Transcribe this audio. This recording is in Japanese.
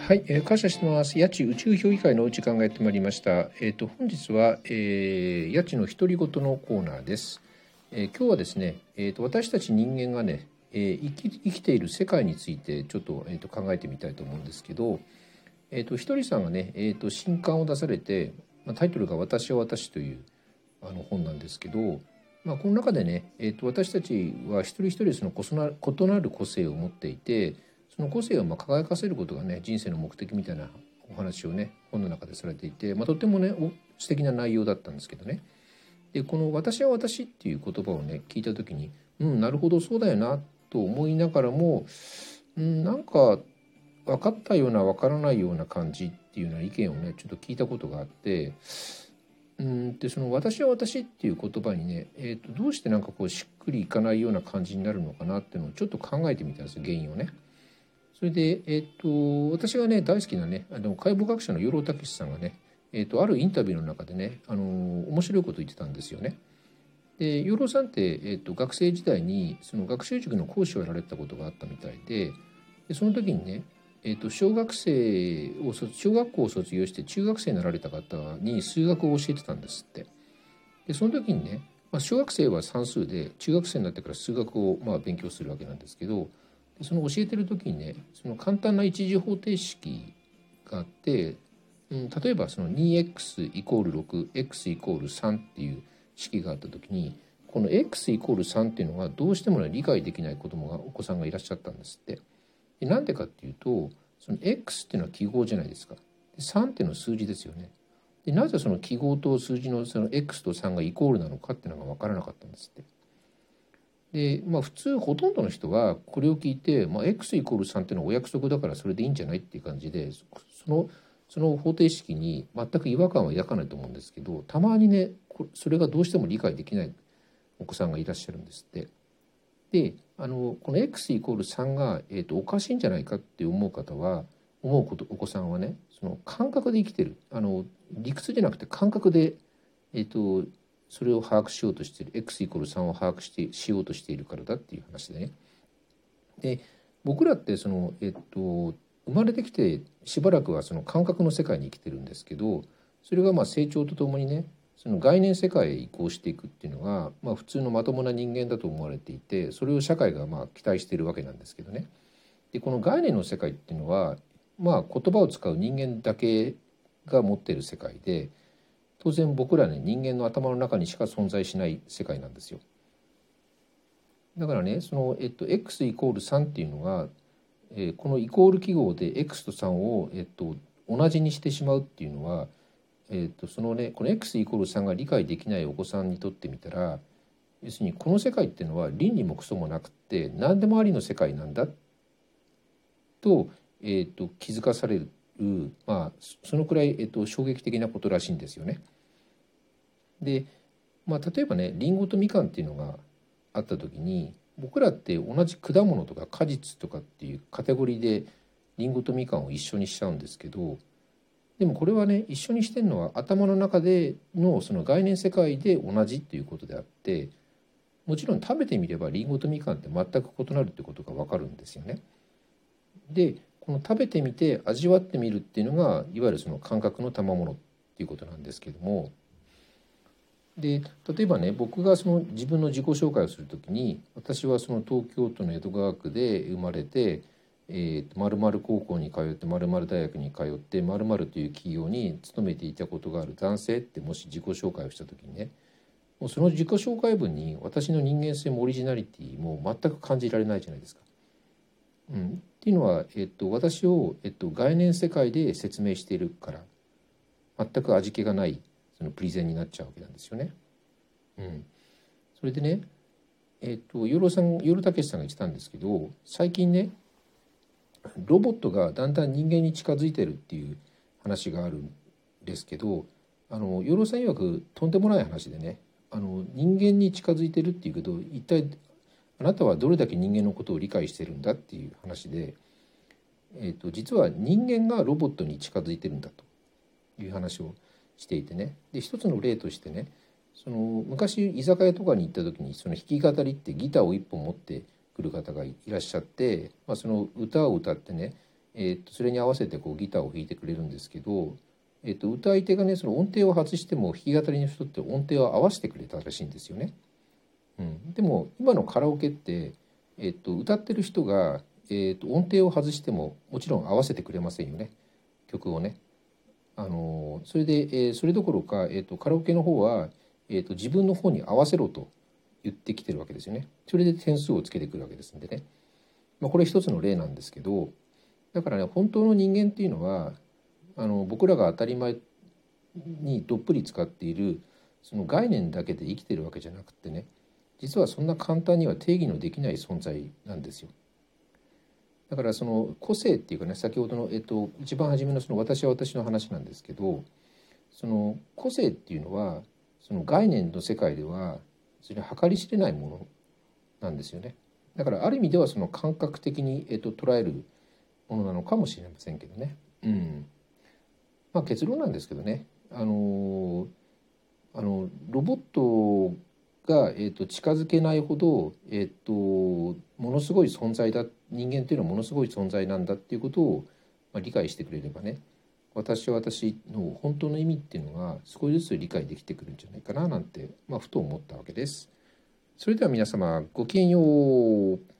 はい、感謝してます。八千宇宙評議会の時間がやってまいりました。本日は、八千の独り言のコーナーです。今日はですね、私たち人間がね、生きている世界についてちょっと、考えてみたいと思うんですけど、ひとりさんがね、新刊を出されて、タイトルが「私は私」という本なんですけど、この中でね、私たちは一人一人その異なる個性を持っていて、その個性を輝かせることがね人生の目的みたいなお話をね本の中でされていて、とてもね素敵な内容だったんですけどね。でこの「私は私」っていう言葉をね聞いた時に、なるほどそうだよなと思いながらも、なんか分かったような分からないような感じっていうような意見をねちょっと聞いたことがあって、でその「私は私」っていう言葉にね、どうしてなんかこうしっくりいかないような感じになるのかなっていうのをちょっと考えてみたんです原因をね。それで、私がね大好きなね解剖学者の養老孟司さんがね、あるインタビューの中でね、面白いこと言ってたんですよね。で養老さんって、学生時代にその学習塾の講師をやられてたことがあったみたいで、その時にね、小学校を卒業して中学生になられた方に数学を教えてたんですって。でその時にね、小学生は算数で中学生になってから数学を勉強するわけなんですけど、その教えてる時にねその簡単な一次方程式があって、例えばその 2x イコール 6x イコール3っていう式があった時に、この x イコール3っていうのがどうしても、ね、理解できないお子さんがいらっしゃったんですって。でなんでかっていうと、その x っていうのは記号じゃないですか。で3っていうのは数字ですよね。でなぜその記号と数字のその x と3がイコールなのかっていうのが分からなかったんですって。で普通ほとんどの人はこれを聞いて、x イコール3っていうのはお約束だからそれでいいんじゃないっていう感じでその方程式に全く違和感は抱かないと思うんですけど、たまにねそれがどうしても理解できないお子さんがいらっしゃるんですって。でこの x イコール3が、おかしいんじゃないかって思うお子さんはね、その感覚で生きてる、理屈じゃなくて感覚で、それを把握しようとしている、 x イコール3をしようとしているからだっていう話でね。で僕らって生まれてきてしばらくはその感覚の世界に生きてるんですけど、それが成長とともにねその概念世界へ移行していくっていうのが、普通のまともな人間だと思われていて、それを社会が期待しているわけなんですけどね。でこの概念の世界っていうのは、言葉を使う人間だけが持っている世界で、当然僕らね人間の頭の中にしか存在しない世界なんですよ。だからねx イコール3っていうのが、このイコール記号で x と3を、同じにしてしまうっていうのは、この x イコール3が理解できないお子さんにとってみたら、要するにこの世界っていうのは倫理もクソもなくて何でもありの世界なんだと、気づかされる、そのくらい、衝撃的なことらしいんですよね。で、例えばねリンゴとみかんっていうのがあった時に、僕らって同じ果物とか果実とかっていうカテゴリーでリンゴとみかんを一緒にしちゃうんですけど、でもこれはね一緒にしてるのは頭の中でのその概念世界で同じっていうことであって、もちろん食べてみればリンゴとみかんって全く異なるってことが分かるんですよね。でこの食べてみて味わってみるっていうのがいわゆるその感覚の賜物っていうことなんですけども、で例えばね僕がその自分の自己紹介をするときに、私はその東京都の江戸川区で生まれて、〇〇高校に通って〇〇大学に通って〇〇という企業に勤めていたことがある男性ってもし自己紹介をしたときにね、もうその自己紹介文に私の人間性もオリジナリティも全く感じられないじゃないですか。っていうのは、私を、概念世界で説明しているから全く味気がないそのプレゼンになっちゃうわけなんですよね。それでね、養老孟司さんが言ってたんですけど、最近ねロボットがだんだん人間に近づいてるっていう話があるんですけど、養老さん曰くとんでもない話でね、人間に近づいてるっていうけど、一体あなたはどれだけ人間のことを理解してるんだっていう話で、実は人間がロボットに近づいてるんだという話をしていてね。で一つの例としてね、その昔居酒屋とかに行った時にその弾き語りってギターを一本持ってくる方がいらっしゃって、その歌を歌ってね、 それに合わせてギターを弾いてくれるんですけど、歌い手がねその音程を外しても弾き語りの人って音程を合わせてくれたらしいんですよね。でも今のカラオケって、歌ってる人が、音程を外してももちろん合わせてくれませんよね、曲をね。それで、それどころか、カラオケの方は、自分の方に合わせろと言ってきてるわけですよね。それで点数をつけてくるわけですんでね。これ一つの例なんですけど、だからね本当の人間っていうのは僕らが当たり前にどっぷり使っているその概念だけで生きてるわけじゃなくてね、実はそんな簡単には定義のできない存在なんですよ。だからその個性っていうかね、先ほどの、一番初めのその私は私の話なんですけど、その個性っていうのはその概念の世界ではそれ計り知れないものなんですよね。だからある意味ではその感覚的に、捉えるものなのかもしれませんけどね。結論なんですけどね、ロボットが、近づけないほど、ものすごい存在だ、人間っていうのはものすごい存在なんだっていうことを、理解してくれればね、私は私の本当の意味っていうのが少しずつ理解できてくるんじゃないかななんて、ふと思ったわけです。それでは皆様ごきげんよう。